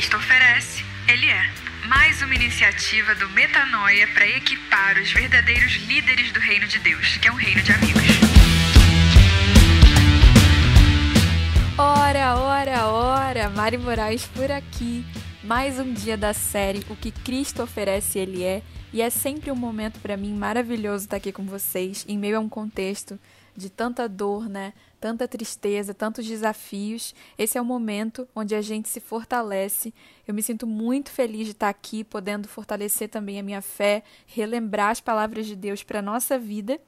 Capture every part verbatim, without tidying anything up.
Cristo oferece, Ele é. Mais uma iniciativa do Metanoia para equipar os verdadeiros líderes do reino de Deus, que é um reino de amigos. Ora, ora, ora, Mari Moraes por aqui. Mais um dia da série O que Cristo oferece, Ele é. E é sempre um momento para mim maravilhoso estar aqui com vocês, em meio a um contexto de tanta dor, né? Tanta tristeza, tantos desafios. Esse é o momento onde a gente se fortalece. Eu me sinto muito feliz de estar aqui, podendo fortalecer também a minha fé, relembrar as palavras de Deus para a nossa vida.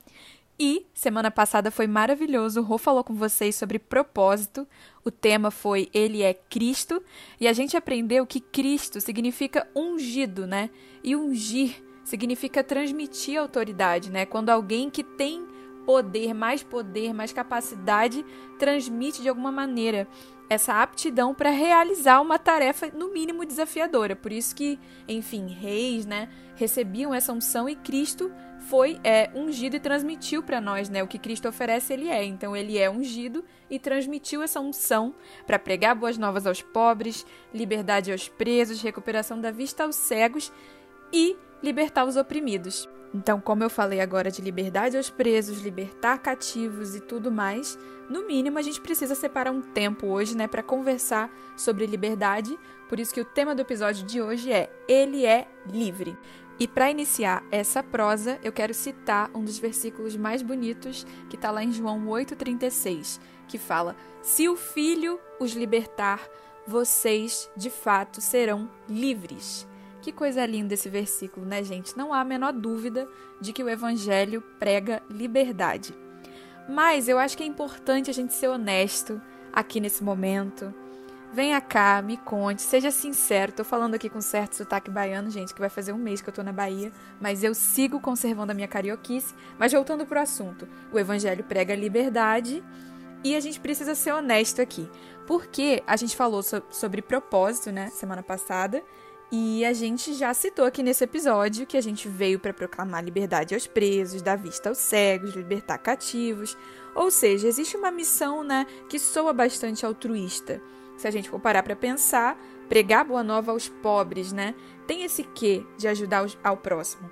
E semana passada foi maravilhoso, o Rô falou com vocês sobre propósito, o tema foi Ele é Cristo, e a gente aprendeu que Cristo significa ungido, né? E ungir significa transmitir autoridade, né? Quando alguém que tem poder, mais poder, mais capacidade, transmite de alguma maneira essa aptidão para realizar uma tarefa, no mínimo, desafiadora. Por isso que, enfim, reis, né, recebiam essa unção e Cristo foi é, ungido e transmitiu para nós, né? O que Cristo oferece, Ele é. Então, Ele é ungido e transmitiu essa unção para pregar boas novas aos pobres, liberdade aos presos, recuperação da vista aos cegos e libertar os oprimidos. Então, como eu falei agora de liberdade aos presos, libertar cativos e tudo mais, no mínimo a gente precisa separar um tempo hoje, né, para conversar sobre liberdade. Por isso que o tema do episódio de hoje é Ele é livre. E para iniciar essa prosa, eu quero citar um dos versículos mais bonitos que está lá em João oito, trinta e seis, que fala: se o Filho os libertar, vocês de fato serão livres. Que coisa linda esse versículo, né, gente? Não há a menor dúvida de que o Evangelho prega liberdade. Mas eu acho que é importante a gente ser honesto aqui nesse momento. Venha cá, me conte, seja sincero. Tô falando aqui com certo sotaque baiano, gente, que vai fazer um mês que eu tô na Bahia, mas eu sigo conservando a minha carioquice. Mas voltando pro assunto, o Evangelho prega liberdade e a gente precisa ser honesto aqui. Porque a gente falou so- sobre propósito, né, semana passada, e a gente já citou aqui nesse episódio que a gente veio para proclamar liberdade aos presos, dar vista aos cegos, libertar cativos. Ou seja, existe uma missão, né, que soa bastante altruísta. Se a gente for parar para pensar, pregar boa nova aos pobres, né, tem esse quê de ajudar ao próximo.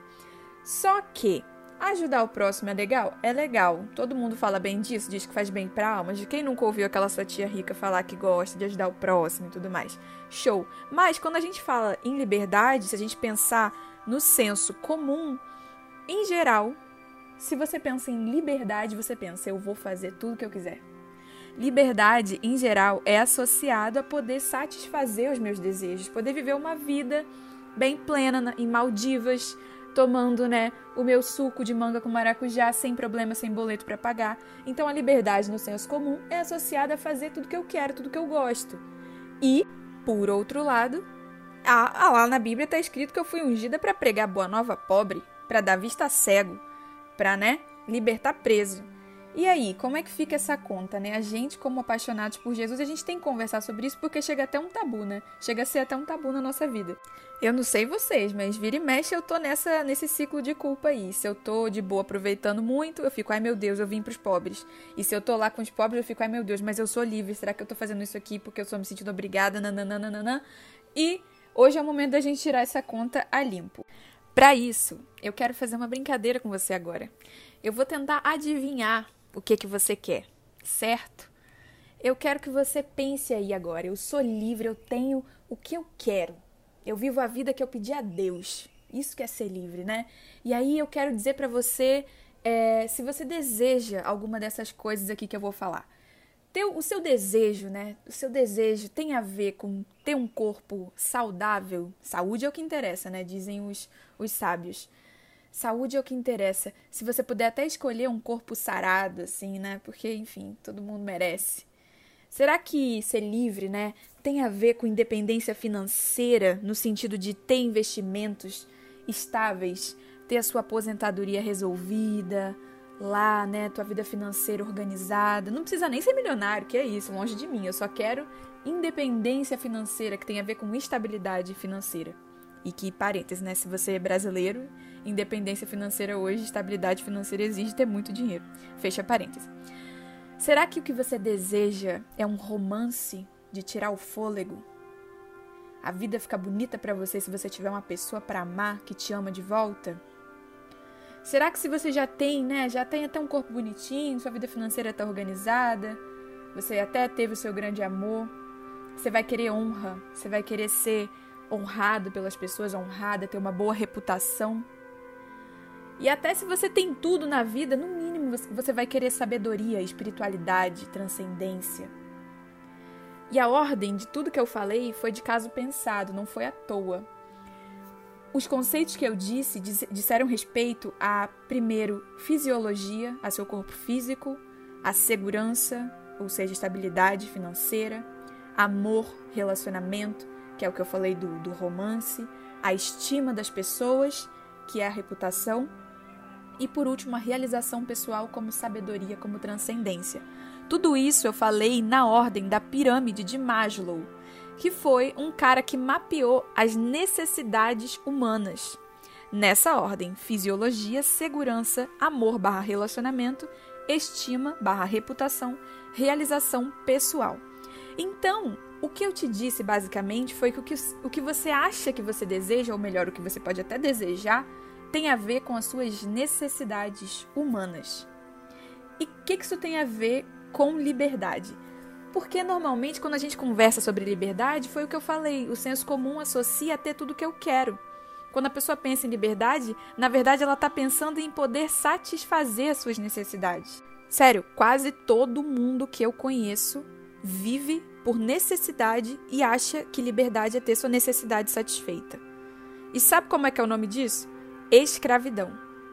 Só que ajudar o próximo é legal? É legal. Todo mundo fala bem disso, diz que faz bem pra alma. De quem nunca ouviu aquela sua tia rica falar que gosta de ajudar o próximo e tudo mais? Show! Mas quando a gente fala em liberdade, se a gente pensar no senso comum, em geral, se você pensa em liberdade, você pensa, eu vou fazer tudo o que eu quiser. Liberdade, em geral, é associado a poder satisfazer os meus desejos, poder viver uma vida bem plena em Maldivas, tomando, né, o meu suco de manga com maracujá sem problema, sem boleto para pagar. Então a liberdade no senso comum é associada a fazer tudo que eu quero, tudo que eu gosto. E, por outro lado, ah, ah, lá na Bíblia está escrito que eu fui ungida para pregar boa nova pobre, para dar vista a cego, para, né, libertar preso. E aí, como é que fica essa conta, né? A gente, como apaixonados por Jesus, a gente tem que conversar sobre isso porque chega até um tabu, né? Chega a ser até um tabu na nossa vida. Eu não sei vocês, mas vira e mexe eu tô nessa, nesse ciclo de culpa aí. Se eu tô de boa aproveitando muito, eu fico, ai meu Deus, eu vim pros pobres. E se eu tô lá com os pobres, eu fico, ai meu Deus, mas eu sou livre. Será que eu tô fazendo isso aqui porque eu sou me sentindo obrigada? Nananana. E hoje é o momento da gente tirar essa conta a limpo. Pra isso, eu quero fazer uma brincadeira com você agora. Eu vou tentar adivinhar o que que você quer, certo? Eu quero que você pense aí agora. Eu sou livre, eu tenho o que eu quero. Eu vivo a vida que eu pedi a Deus. Isso que é ser livre, né? E aí eu quero dizer pra você, é, se você deseja alguma dessas coisas aqui que eu vou falar. Teu, o seu desejo, né? O seu desejo tem a ver com ter um corpo saudável. Saúde é o que interessa, né? Dizem os, os sábios. Saúde é o que interessa. Se você puder até escolher um corpo sarado, assim, né? Porque, enfim, todo mundo merece. Será que ser livre, né, tem a ver com independência financeira, no sentido de ter investimentos estáveis, ter a sua aposentadoria resolvida, lá, né, tua vida financeira organizada? Não precisa nem ser milionário, que é isso, longe de mim. Eu só quero independência financeira, que tem a ver com estabilidade financeira. E que, parênteses, né, se você é brasileiro, independência financeira hoje, estabilidade financeira exige ter muito dinheiro. Fecha parênteses. Será que o que você deseja é um romance de tirar o fôlego? A vida fica bonita para você se você tiver uma pessoa para amar que te ama de volta? Será que se você já tem, né, já tem até um corpo bonitinho, sua vida financeira está organizada, você até teve o seu grande amor, você vai querer honra, você vai querer ser honrado pelas pessoas, honrada, ter uma boa reputação? E até se você tem tudo na vida, no mínimo você vai querer sabedoria, espiritualidade, transcendência. E a ordem de tudo que eu falei foi de caso pensado, não foi à toa. Os conceitos que eu disse disseram respeito a, primeiro, fisiologia, a seu corpo físico, a segurança, ou seja, estabilidade financeira, amor, relacionamento, que é o que eu falei do, do romance, a estima das pessoas, que é a reputação, e, por último, a realização pessoal como sabedoria, como transcendência. Tudo isso eu falei na ordem da pirâmide de Maslow, que foi um cara que mapeou as necessidades humanas. Nessa ordem, fisiologia, segurança, amor barra relacionamento, estima barra reputação, realização pessoal. Então, o que eu te disse basicamente foi que o que, o que você acha que você deseja, ou melhor, o que você pode até desejar, tem a ver com as suas necessidades humanas. E o que isso tem a ver com liberdade? Porque normalmente quando a gente conversa sobre liberdade, foi o que eu falei, o senso comum associa a ter tudo que eu quero. Quando a pessoa pensa em liberdade, na verdade ela está pensando em poder satisfazer as suas necessidades. Sério, quase todo mundo que eu conheço vive por necessidade e acha que liberdade é ter sua necessidade satisfeita. E sabe como é que é o nome disso? Escravidão.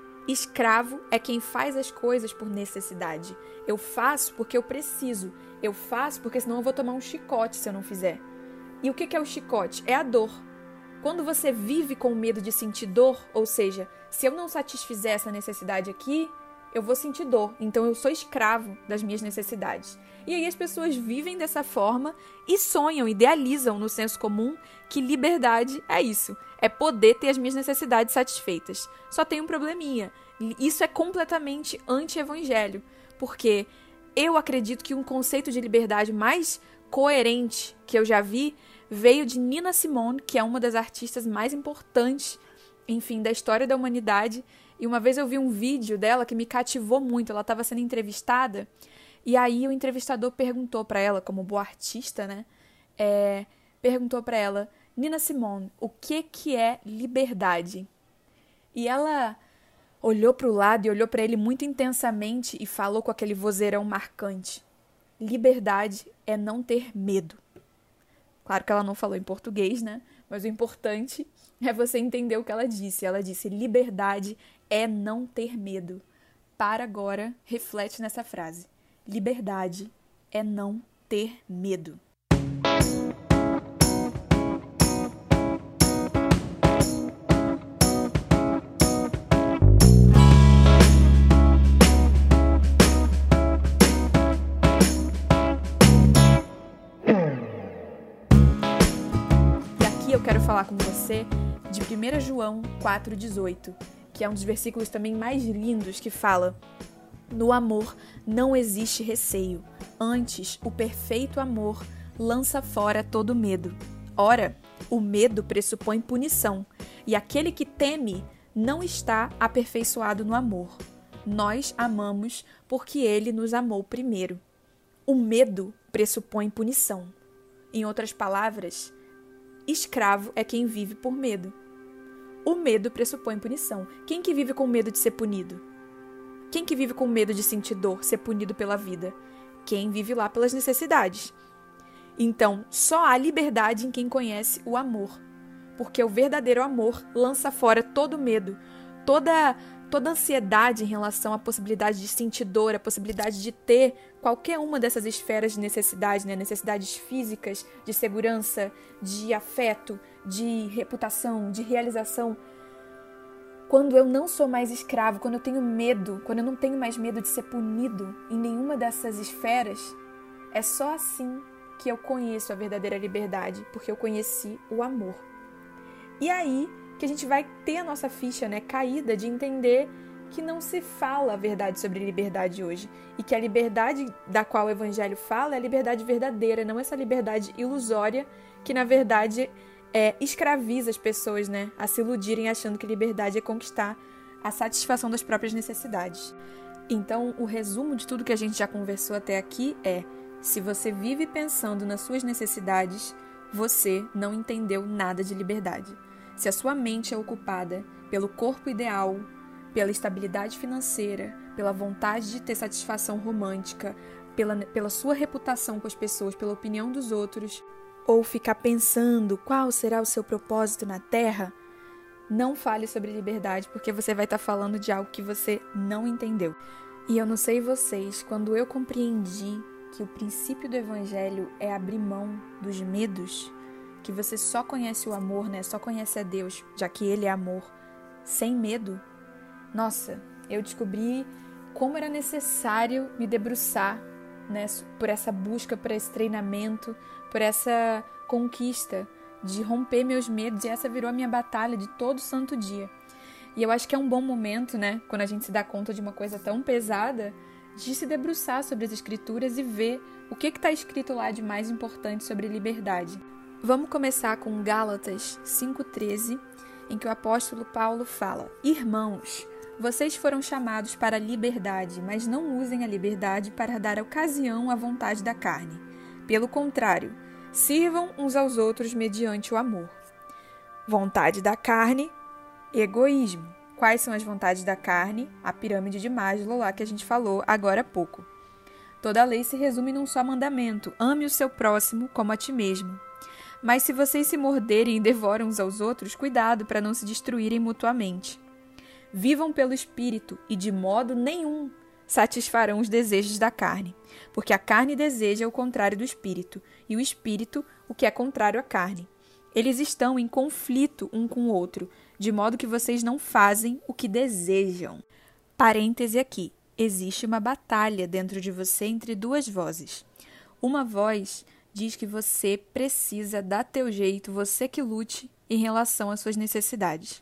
Escravo é quem faz as coisas por necessidade. Eu faço porque eu preciso. Eu faço porque senão eu vou tomar um chicote se eu não fizer. E o que é o chicote? É a dor. Quando você vive com medo de sentir dor, ou seja, se eu não satisfizer essa necessidade aqui, eu vou sentir dor. Então eu sou escravo das minhas necessidades. E aí as pessoas vivem dessa forma e sonham, idealizam no senso comum que liberdade é isso. É poder ter as minhas necessidades satisfeitas. Só tem um probleminha. Isso é completamente anti-evangelho. Porque eu acredito que um conceito de liberdade mais coerente que eu já vi veio de Nina Simone, que é uma das artistas mais importantes, enfim, da história da humanidade. E uma vez eu vi um vídeo dela que me cativou muito. Ela estava sendo entrevistada e aí o entrevistador perguntou para ela, como boa artista, né? É, perguntou para ela, Nina Simone, o que que é liberdade? E ela olhou para o lado e olhou para ele muito intensamente e falou com aquele vozeirão marcante. Liberdade é não ter medo. Claro que ela não falou em português, né? Mas o importante é você entender o que ela disse. Ela disse, liberdade é não ter medo. Para agora, reflete nessa frase. Liberdade é não ter medo. Eu quero falar com você de primeiro João quatro, dezoito, que é um dos versículos também mais lindos que fala: no amor não existe receio, antes o perfeito amor lança fora todo medo. Ora, o medo pressupõe punição, e aquele que teme não está aperfeiçoado no amor. Nós amamos porque ele nos amou primeiro. O medo pressupõe punição. Em outras palavras, escravo é quem vive por medo. O medo pressupõe punição. Quem que vive com medo de ser punido? Quem que vive com medo de sentir dor, ser punido pela vida? Quem vive lá pelas necessidades. Então, só há liberdade em quem conhece o amor. Porque o verdadeiro amor lança fora todo medo, toda, toda ansiedade em relação à possibilidade de sentir dor, a possibilidade de ter qualquer uma dessas esferas de necessidade, né? Necessidades físicas, de segurança, de afeto, de reputação, de realização. Quando eu não sou mais escravo, quando eu tenho medo, quando eu não tenho mais medo de ser punido em nenhuma dessas esferas, é só assim que eu conheço a verdadeira liberdade, porque eu conheci o amor. E aí que a gente vai ter a nossa ficha, né, caída de entender que não se fala a verdade sobre liberdade hoje. E que a liberdade da qual o Evangelho fala é a liberdade verdadeira, não essa liberdade ilusória que, na verdade, é, escraviza as pessoas, né, a se iludirem achando que liberdade é conquistar a satisfação das próprias necessidades. Então, o resumo de tudo que a gente já conversou até aqui é: se você vive pensando nas suas necessidades, você não entendeu nada de liberdade. Se a sua mente é ocupada pelo corpo ideal, pela estabilidade financeira, pela vontade de ter satisfação romântica, pela, pela sua reputação com as pessoas, pela opinião dos outros, ou ficar pensando qual será o seu propósito na Terra, não fale sobre liberdade, porque você vai estar falando de algo que você não entendeu. E eu não sei vocês, quando eu compreendi que o princípio do Evangelho é abrir mão dos medos, que você só conhece o amor, né? Só conhece a Deus, já que Ele é amor, sem medo. Nossa, eu descobri como era necessário me debruçar, né, por essa busca, por esse treinamento, por essa conquista de romper meus medos, e essa virou a minha batalha de todo santo dia. E eu acho que é um bom momento, né, quando a gente se dá conta de uma coisa tão pesada, de se debruçar sobre as Escrituras e ver o que está escrito lá de mais importante sobre liberdade. Vamos começar com Gálatas cinco treze, em que o apóstolo Paulo fala: Irmãos, vocês foram chamados para a liberdade, mas não usem a liberdade para dar ocasião à vontade da carne. Pelo contrário, sirvam uns aos outros mediante o amor. Vontade da carne, egoísmo. Quais são as vontades da carne? A pirâmide de Maslow lá que a gente falou agora há pouco. Toda a lei se resume num só mandamento: ame o seu próximo como a ti mesmo. Mas se vocês se morderem e devoram uns aos outros, cuidado para não se destruírem mutuamente. Vivam pelo Espírito e de modo nenhum satisfarão os desejos da carne, porque a carne deseja o contrário do Espírito, e o Espírito o que é contrário à carne. Eles estão em conflito um com o outro, de modo que vocês não fazem o que desejam. Parêntese aqui. Existe uma batalha dentro de você entre duas vozes. Uma voz diz que você precisa dar teu jeito, você que lute em relação às suas necessidades.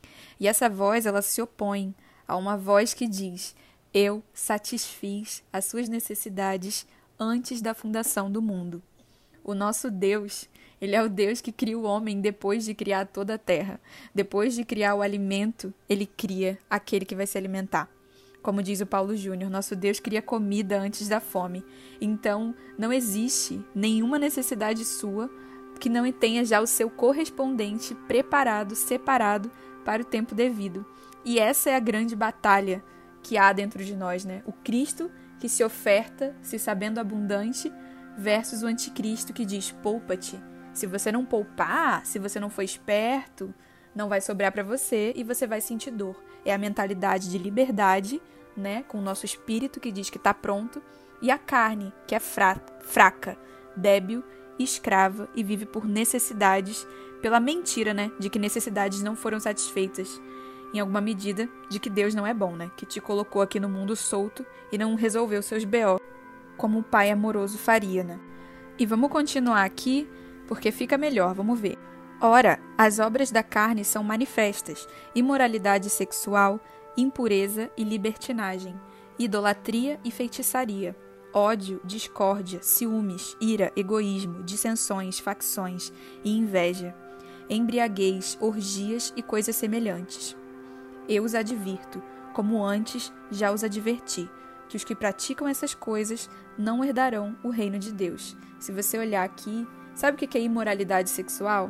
E essa voz, ela se opõe a uma voz que diz: eu satisfiz as suas necessidades antes da fundação do mundo. O nosso Deus, Ele é o Deus que cria o homem depois de criar toda a terra. Depois de criar o alimento, Ele cria aquele que vai se alimentar. Como diz o Paulo Júnior, nosso Deus cria comida antes da fome. Então, não existe nenhuma necessidade sua que não tenha já o seu correspondente preparado, separado para o tempo devido. E essa é a grande batalha que há dentro de nós, né? O Cristo que se oferta, se sabendo abundante, versus o anticristo que diz: poupa-te. Se você não poupar, se você não for esperto, não vai sobrar para você e você vai sentir dor. É a mentalidade de liberdade, né, com o nosso espírito que diz que está pronto, e a carne, que é fra- fraca, débil, escrava e vive por necessidades, pela mentira, né, de que necessidades não foram satisfeitas, em alguma medida, de que Deus não é bom, né, que te colocou aqui no mundo solto e não resolveu seus B O, como o pai amoroso faria, né. E vamos continuar aqui, porque fica melhor, vamos ver. Ora, as obras da carne são manifestas: imoralidade sexual, impureza e libertinagem, idolatria e feitiçaria, ódio, discórdia, ciúmes, ira, egoísmo, dissensões, facções e inveja, embriaguez, orgias e coisas semelhantes. Eu os advirto, como antes já os adverti, que os que praticam essas coisas não herdarão o reino de Deus. Se você olhar aqui, sabe o que é imoralidade sexual?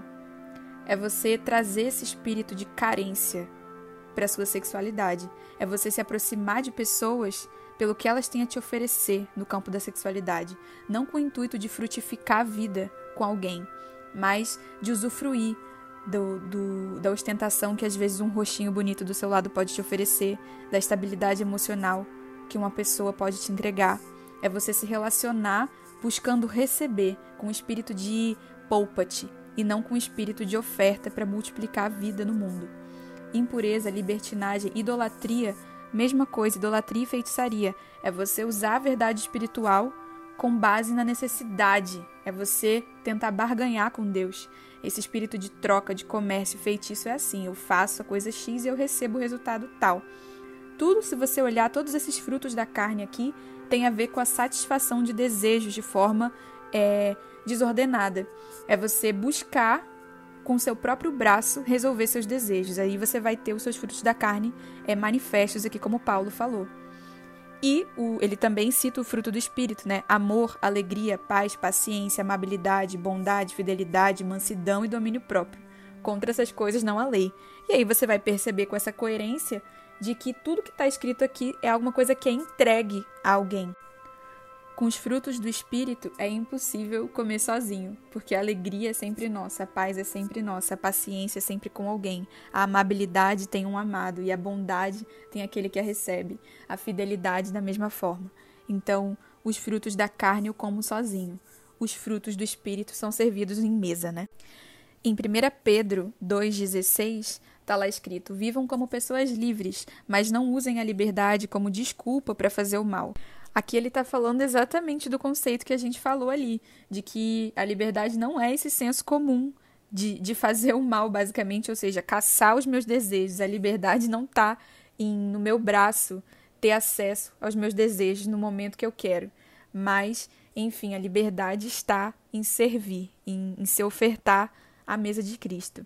É você trazer esse espírito de carência para a sua sexualidade. É você se aproximar de pessoas pelo que elas têm a te oferecer no campo da sexualidade. Não com o intuito de frutificar a vida com alguém, mas de usufruir do, do, da ostentação que às vezes um rostinho bonito do seu lado pode te oferecer, da estabilidade emocional que uma pessoa pode te entregar. É você se relacionar buscando receber com o espírito de poupa-te, e não com o espírito de oferta para multiplicar a vida no mundo. Impureza, libertinagem, idolatria, mesma coisa, idolatria e feitiçaria. É você usar a verdade espiritual com base na necessidade. É você tentar barganhar com Deus. Esse espírito de troca, de comércio, feitiço é assim: eu faço a coisa X e eu recebo o resultado tal. Tudo, se você olhar, todos esses frutos da carne aqui, tem a ver com a satisfação de desejos de forma é, desordenada. É você buscar com seu próprio braço, resolver seus desejos. Aí você vai ter os seus frutos da carne é, manifestos aqui, como Paulo falou. E o, ele também cita o fruto do Espírito, né? Amor, alegria, paz, paciência, amabilidade, bondade, fidelidade, mansidão e domínio próprio. Contra essas coisas não há lei. E aí você vai perceber com essa coerência de que tudo que está escrito aqui é alguma coisa que é entregue a alguém. Com os frutos do Espírito é impossível comer sozinho, porque a alegria é sempre nossa, a paz é sempre nossa, a paciência é sempre com alguém, a amabilidade tem um amado e a bondade tem aquele que a recebe, a fidelidade da mesma forma. Então, os frutos da carne eu como sozinho, os frutos do Espírito são servidos em mesa, né? Em primeira Pedro dois, dezesseis, está lá escrito: vivam como pessoas livres, mas não usem a liberdade como desculpa para fazer o mal. Aqui ele está falando exatamente do conceito que a gente falou ali, de que a liberdade não é esse senso comum de, de fazer o mal, basicamente, ou seja, caçar os meus desejos. A liberdade não está no meu braço ter acesso aos meus desejos no momento que eu quero. Mas, enfim, a liberdade está em servir, em, em se ofertar à mesa de Cristo.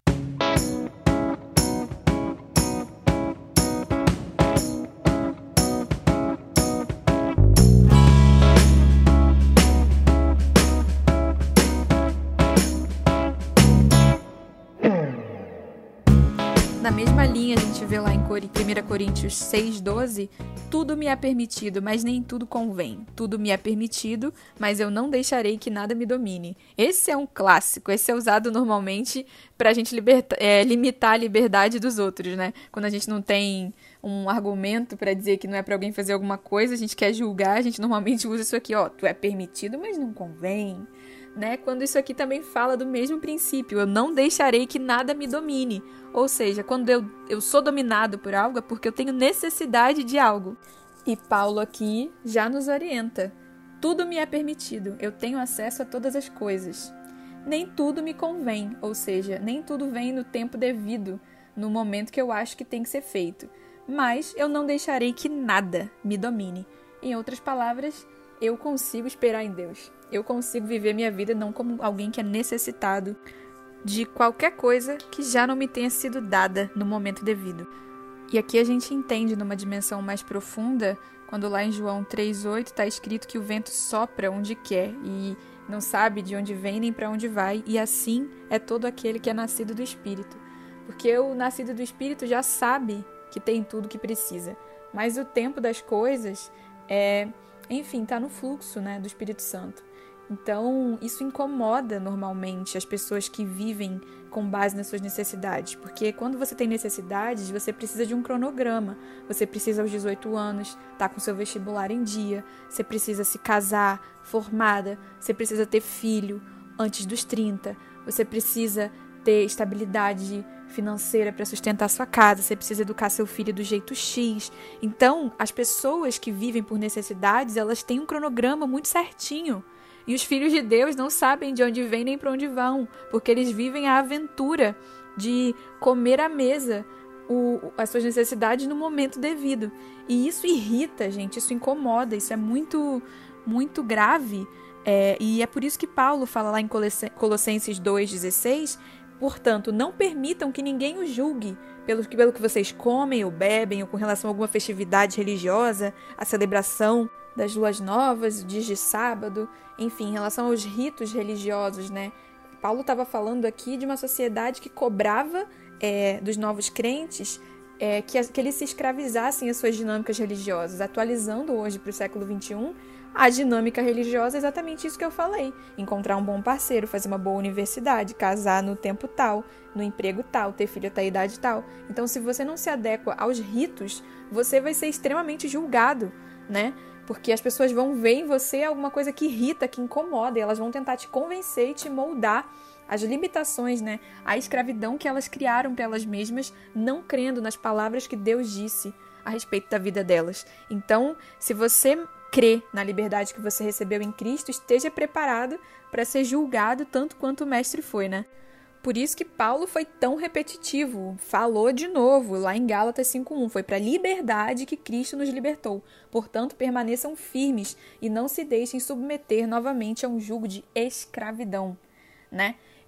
Na mesma linha, a gente vê lá em primeira Coríntios seis, doze, tudo me é permitido, mas nem tudo convém. Tudo me é permitido, mas eu não deixarei que nada me domine. Esse é um clássico, esse é usado normalmente para a gente liberta, é, limitar a liberdade dos outros, né? Quando a gente não tem um argumento para dizer que não é para alguém fazer alguma coisa, a gente quer julgar, a gente normalmente usa isso aqui, ó, tu é permitido, mas não convém. Né? Quando isso aqui também fala do mesmo princípio, eu não deixarei que nada me domine. Ou seja, quando eu, eu sou dominado por algo é porque eu tenho necessidade de algo. E Paulo aqui já nos orienta. Tudo me é permitido, eu tenho acesso a todas as coisas. Nem tudo me convém, ou seja, nem tudo vem no tempo devido, no momento que eu acho que tem que ser feito. Mas eu não deixarei que nada me domine. Em outras palavras, eu consigo esperar em Deus. Eu consigo viver minha vida não como alguém que é necessitado de qualquer coisa que já não me tenha sido dada no momento devido. E aqui a gente entende numa dimensão mais profunda, quando lá em João três, oito está escrito que o vento sopra onde quer e não sabe de onde vem nem para onde vai, e assim é todo aquele que é nascido do Espírito. Porque o nascido do Espírito já sabe que tem tudo que precisa, mas o tempo das coisas é, enfim, está no fluxo, né, do Espírito Santo. Então, isso incomoda normalmente as pessoas que vivem com base nas suas necessidades, porque quando você tem necessidades, você precisa de um cronograma, você precisa aos dezoito anos estar com seu vestibular em dia, você precisa se casar, formada, você precisa ter filho antes dos trinta, você precisa ter estabilidade financeira para sustentar sua casa, você precisa educar seu filho do jeito X. Então, as pessoas que vivem por necessidades, elas têm um cronograma muito certinho. E os filhos de Deus não sabem de onde vêm nem para onde vão, porque eles vivem a aventura de comer à mesa o, as suas necessidades no momento devido. E isso irrita, gente, isso incomoda, isso é muito, muito grave. É, e é por isso que Paulo fala lá em Colossenses dois, dezesseis, portanto, não permitam que ninguém os julgue pelo, pelo que vocês comem ou bebem, ou com relação a alguma festividade religiosa, a celebração das luas novas, dias de sábado, enfim, em relação aos ritos religiosos, né? Paulo estava falando aqui de uma sociedade que cobrava é, dos novos crentes é, que, que eles se escravizassem às suas dinâmicas religiosas, atualizando hoje para o século vinte e um, a dinâmica religiosa é exatamente isso que eu falei. Encontrar um bom parceiro, fazer uma boa universidade, casar no tempo tal, no emprego tal, ter filho até a idade tal. Então, se você não se adequa aos ritos, você vai ser extremamente julgado, né? Porque as pessoas vão ver em você alguma coisa que irrita, que incomoda, e elas vão tentar te convencer e te moldar as limitações, né? A escravidão que elas criaram para elas mesmas, não crendo nas palavras que Deus disse a respeito da vida delas. Então, se você crê na liberdade que você recebeu em Cristo, esteja preparado para ser julgado tanto quanto o mestre foi, né? Por isso que Paulo foi tão repetitivo, falou de novo lá em Gálatas cinco um, foi para a liberdade que Cristo nos libertou. Portanto, permaneçam firmes e não se deixem submeter novamente a um jugo de escravidão, né?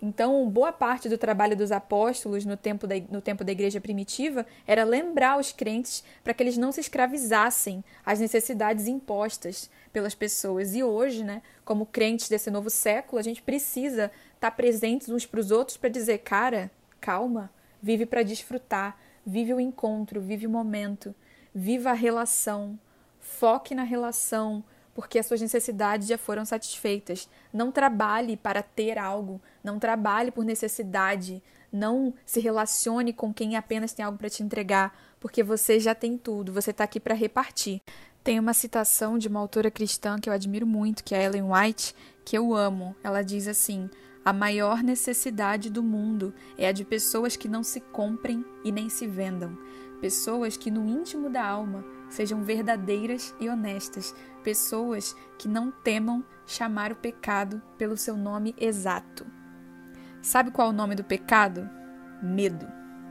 Então, boa parte do trabalho dos apóstolos no tempo da, no tempo da igreja primitiva era lembrar os crentes para que eles não se escravizassem às necessidades impostas pelas pessoas. E hoje, né, como crentes desse novo século, a gente precisa estar presentes uns para os outros para dizer, cara, calma, vive para desfrutar, vive o encontro, vive o momento, viva a relação, foque na relação, porque as suas necessidades já foram satisfeitas. Não trabalhe para ter algo, não trabalhe por necessidade, não se relacione com quem apenas tem algo para te entregar, porque você já tem tudo, você está aqui para repartir. Tem uma citação de uma autora cristã que eu admiro muito, que é a Ellen White, que eu amo. Ela diz assim: a maior necessidade do mundo é a de pessoas que não se comprem e nem se vendam, pessoas que no íntimo da alma sejam verdadeiras e honestas, pessoas que não temam chamar o pecado pelo seu nome exato. Sabe qual é o nome do pecado? Medo.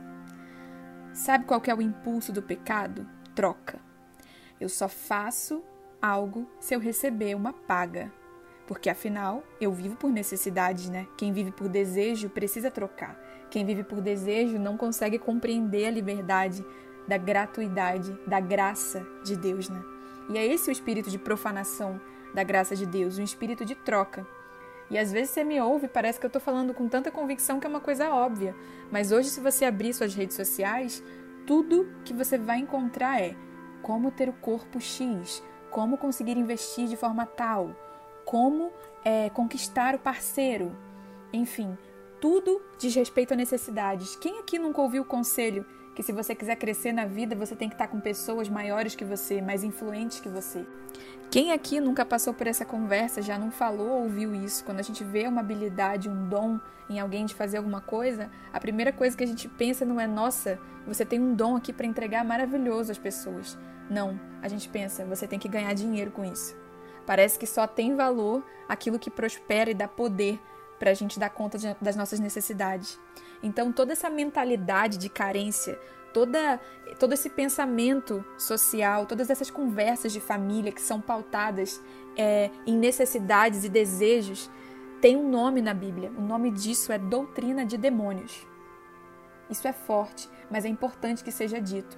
Sabe qual que é o impulso do pecado? Troca. Eu só faço algo se eu receber uma paga. Porque, afinal, eu vivo por necessidade, né? Quem vive por desejo precisa trocar. Quem vive por desejo não consegue compreender a liberdade da gratuidade, da graça de Deus, né? E é esse o espírito de profanação da graça de Deus, um espírito de troca. E às vezes você me ouve e parece que eu estou falando com tanta convicção que é uma coisa óbvia. Mas hoje, se você abrir suas redes sociais, tudo que você vai encontrar é como ter o corpo X, como conseguir investir de forma tal, como é, conquistar o parceiro. Enfim, tudo diz respeito a necessidades. Quem aqui nunca ouviu o conselho que se você quiser crescer na vida, você tem que estar com pessoas maiores que você, mais influentes que você? Quem aqui nunca passou por essa conversa, já não falou ou ouviu isso? Quando a gente vê uma habilidade, um dom em alguém de fazer alguma coisa, a primeira coisa que a gente pensa não é, nossa, você tem um dom aqui para entregar maravilhoso às pessoas. Não, a gente pensa, você tem que ganhar dinheiro com isso. Parece que só tem valor aquilo que prospera e dá poder para a gente dar conta de, das nossas necessidades. Então, toda essa mentalidade de carência, toda, todo esse pensamento social, todas essas conversas de família que são pautadas é, em necessidades e desejos, tem um nome na Bíblia. O nome disso é doutrina de demônios. Isso é forte, mas é importante que seja dito.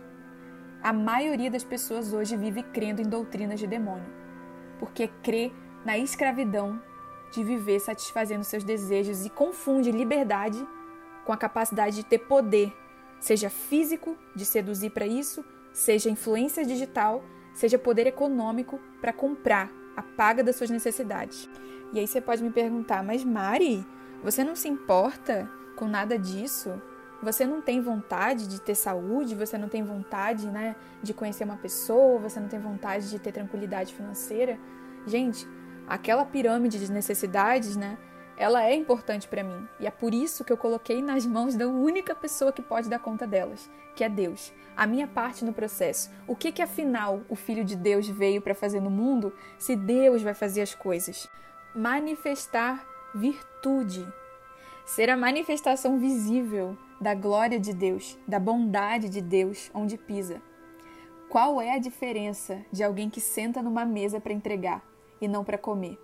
A maioria das pessoas hoje vive crendo em doutrinas de demônio, porque crê na escravidão de viver satisfazendo seus desejos e confunde liberdade com a capacidade de ter poder, seja físico, de seduzir para isso, seja influência digital, seja poder econômico para comprar a paga das suas necessidades. E aí você pode me perguntar, mas Mari, você não se importa com nada disso? Você não tem vontade de ter saúde? Você não tem vontade, né, de conhecer uma pessoa? Você não tem vontade de ter tranquilidade financeira? Gente, aquela pirâmide de necessidades, né, ela é importante para mim. E é por isso que eu coloquei nas mãos da única pessoa que pode dar conta delas, que é Deus. A minha parte no processo. O que que afinal o Filho de Deus veio para fazer no mundo, se Deus vai fazer as coisas? Manifestar virtude. Ser a manifestação visível da glória de Deus, da bondade de Deus onde pisa. Qual é a diferença de alguém que senta numa mesa para entregar e não para comer?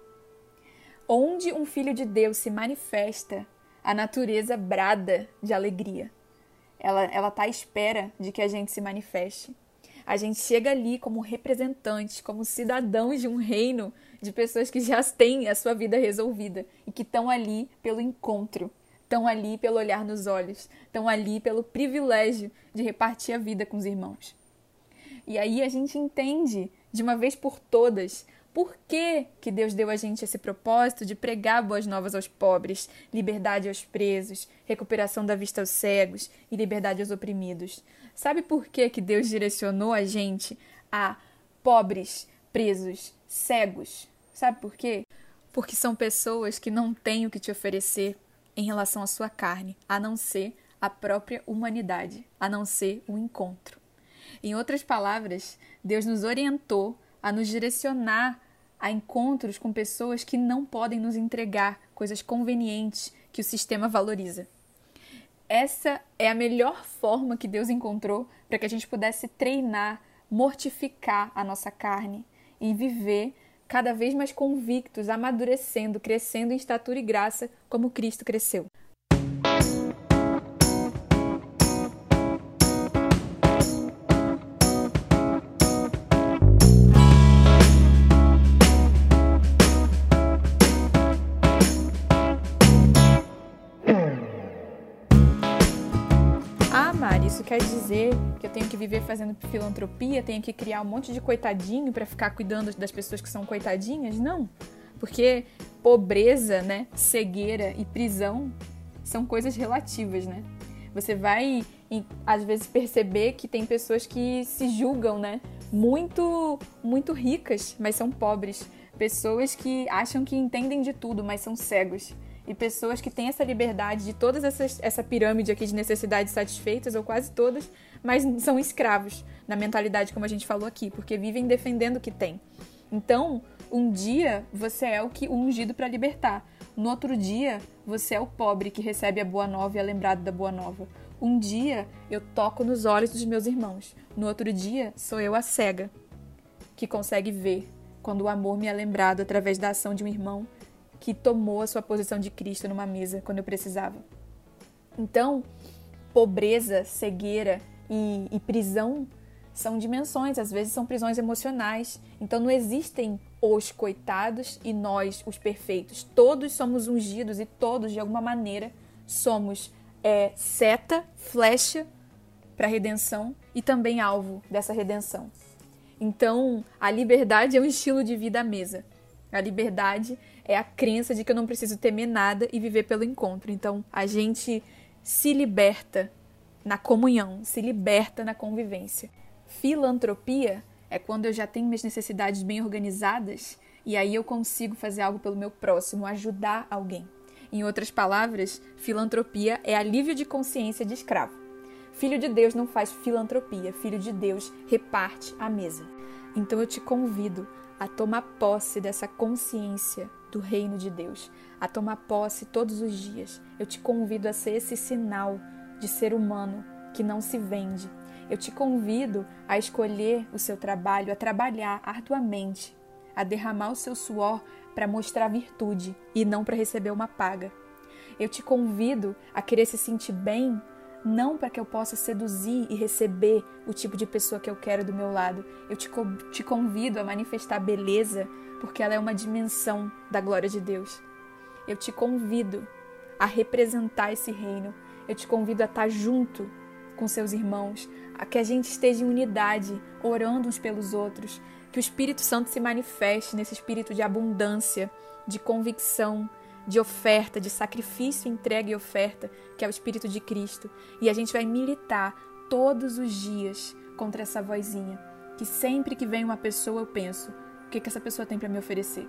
Onde um filho de Deus se manifesta, a natureza brada de alegria. Ela ela está à espera de que a gente se manifeste. A gente chega ali como representantes, como cidadãos de um reino de pessoas que já têm a sua vida resolvida e que estão ali pelo encontro, estão ali pelo olhar nos olhos, estão ali pelo privilégio de repartir a vida com os irmãos. E aí a gente entende, de uma vez por todas, por que que Deus deu a gente esse propósito de pregar boas novas aos pobres, liberdade aos presos, recuperação da vista aos cegos e liberdade aos oprimidos. Sabe por que que Deus direcionou a gente a pobres, presos, cegos? Sabe por quê? Porque são pessoas que não têm o que te oferecer em relação à sua carne, a não ser a própria humanidade, a não ser o encontro. Em outras palavras, Deus nos orientou a nos direcionar a encontros com pessoas que não podem nos entregar coisas convenientes que o sistema valoriza. Essa é a melhor forma que Deus encontrou para que a gente pudesse treinar, mortificar a nossa carne e viver cada vez mais convictos, amadurecendo, crescendo em estatura e graça, como Cristo cresceu. Isso quer dizer que eu tenho que viver fazendo filantropia, tenho que criar um monte de coitadinho para ficar cuidando das pessoas que são coitadinhas? Não, porque pobreza, né, cegueira e prisão são coisas relativas, né? Você vai, às vezes, perceber que tem pessoas que se julgam, né, muito, muito ricas, mas são pobres. Pessoas que acham que entendem de tudo, mas são cegos. E pessoas que têm essa liberdade de todas essas, essa pirâmide aqui de necessidades satisfeitas, ou quase todas, mas são escravos na mentalidade, como a gente falou aqui, porque vivem defendendo o que tem. Então, um dia você é o que o ungido para libertar. No outro dia, você é o pobre que recebe a boa nova e é lembrado da boa nova. Um dia, eu toco nos olhos dos meus irmãos. No outro dia, sou eu a cega, que consegue ver quando o amor me é lembrado através da ação de um irmão que tomou a sua posição de Cristo numa mesa quando eu precisava. Então, pobreza, cegueira e, e prisão são dimensões, às vezes são prisões emocionais. Então não existem os coitados e nós, os perfeitos. Todos somos ungidos e todos, de alguma maneira, somos é, seta, flecha para a redenção e também alvo dessa redenção. Então, a liberdade é um estilo de vida à mesa. A liberdade é a crença de que eu não preciso temer nada e viver pelo encontro. Então, a gente se liberta na comunhão, se liberta na convivência. Filantropia é quando eu já tenho minhas necessidades bem organizadas e aí eu consigo fazer algo pelo meu próximo, ajudar alguém. Em outras palavras, filantropia é alívio de consciência de escravo. Filho de Deus não faz filantropia, filho de Deus reparte a mesa. Então eu te convido a tomar posse dessa consciência do reino de Deus, a tomar posse todos os dias. Eu te convido a ser esse sinal de ser humano que não se vende. Eu te convido a escolher o seu trabalho, a trabalhar arduamente, a derramar o seu suor para mostrar virtude e não para receber uma paga. Eu te convido a querer se sentir bem, não para que eu possa seduzir e receber o tipo de pessoa que eu quero do meu lado. Eu te, te convido a manifestar beleza, porque ela é uma dimensão da glória de Deus. Eu te convido a representar esse reino. Eu te convido a estar junto com seus irmãos, a que a gente esteja em unidade, orando uns pelos outros, que o Espírito Santo se manifeste nesse espírito de abundância, de convicção, de oferta, de sacrifício, entrega e oferta, que é o Espírito de Cristo. E a gente vai militar todos os dias contra essa vozinha, que sempre que vem uma pessoa eu penso, o que, que essa pessoa tem para me oferecer?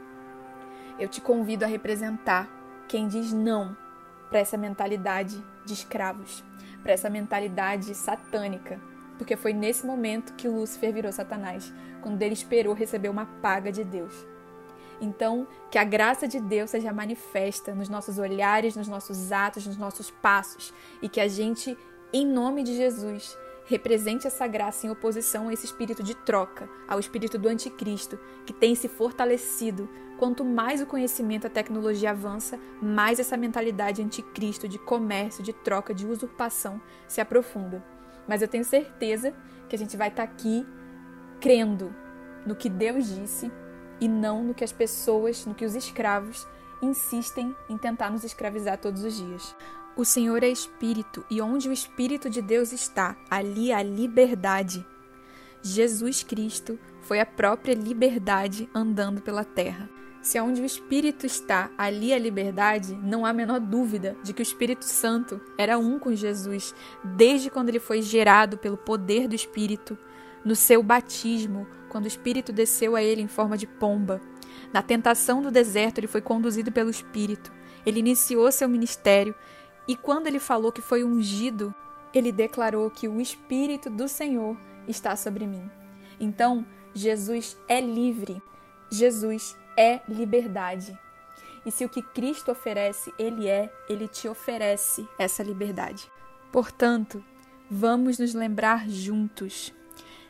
Eu te convido a representar quem diz não para essa mentalidade de escravos, para essa mentalidade satânica, porque foi nesse momento que Lúcifer virou Satanás, quando ele esperou receber uma paga de Deus. Então, que a graça de Deus seja manifesta nos nossos olhares, nos nossos atos, nos nossos passos, e que a gente, em nome de Jesus, represente essa graça em oposição a esse espírito de troca, ao espírito do anticristo, que tem se fortalecido. Quanto mais o conhecimento, a tecnologia avança, mais essa mentalidade anticristo de comércio, de troca, de usurpação se aprofunda. Mas eu tenho certeza que a gente vai estar aqui crendo no que Deus disse e não no que as pessoas, no que os escravos insistem em tentar nos escravizar todos os dias. O Senhor é Espírito, e onde o Espírito de Deus está, ali há liberdade. Jesus Cristo foi a própria liberdade andando pela terra. Se onde o Espírito está, ali há liberdade, não há a menor dúvida de que o Espírito Santo era um com Jesus, desde quando ele foi gerado pelo poder do Espírito, no seu batismo, quando o Espírito desceu a ele em forma de pomba. Na tentação do deserto, ele foi conduzido pelo Espírito. Ele iniciou seu ministério e quando ele falou que foi ungido, ele declarou que o Espírito do Senhor está sobre mim. Então, Jesus é livre. Jesus é liberdade. E se o que Cristo oferece, Ele é, Ele te oferece essa liberdade. Portanto, vamos nos lembrar juntos.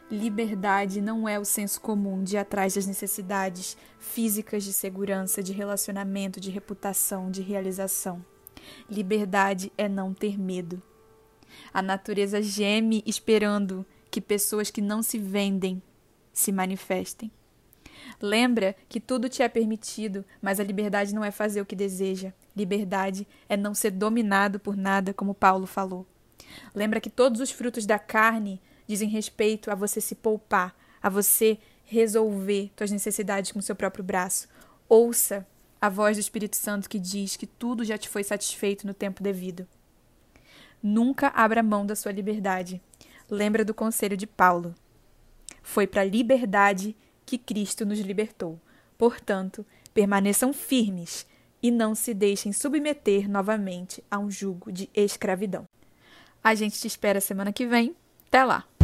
Liberdade não é o senso comum de ir atrás das necessidades físicas de segurança, de relacionamento, de reputação, de realização. Liberdade é não ter medo. A natureza geme esperando que pessoas que não se vendem se manifestem. Lembra que tudo te é permitido, mas a liberdade não é fazer o que deseja. Liberdade é não ser dominado por nada, como Paulo falou. Lembra que todos os frutos da carne dizem respeito a você se poupar, a você resolver suas necessidades com seu próprio braço. Ouça a voz do Espírito Santo que diz que tudo já te foi satisfeito no tempo devido. Nunca abra mão da sua liberdade. Lembra do conselho de Paulo. Foi para a liberdade que Cristo nos libertou. Portanto, permaneçam firmes e não se deixem submeter novamente a um jugo de escravidão. A gente te espera semana que vem. Até lá!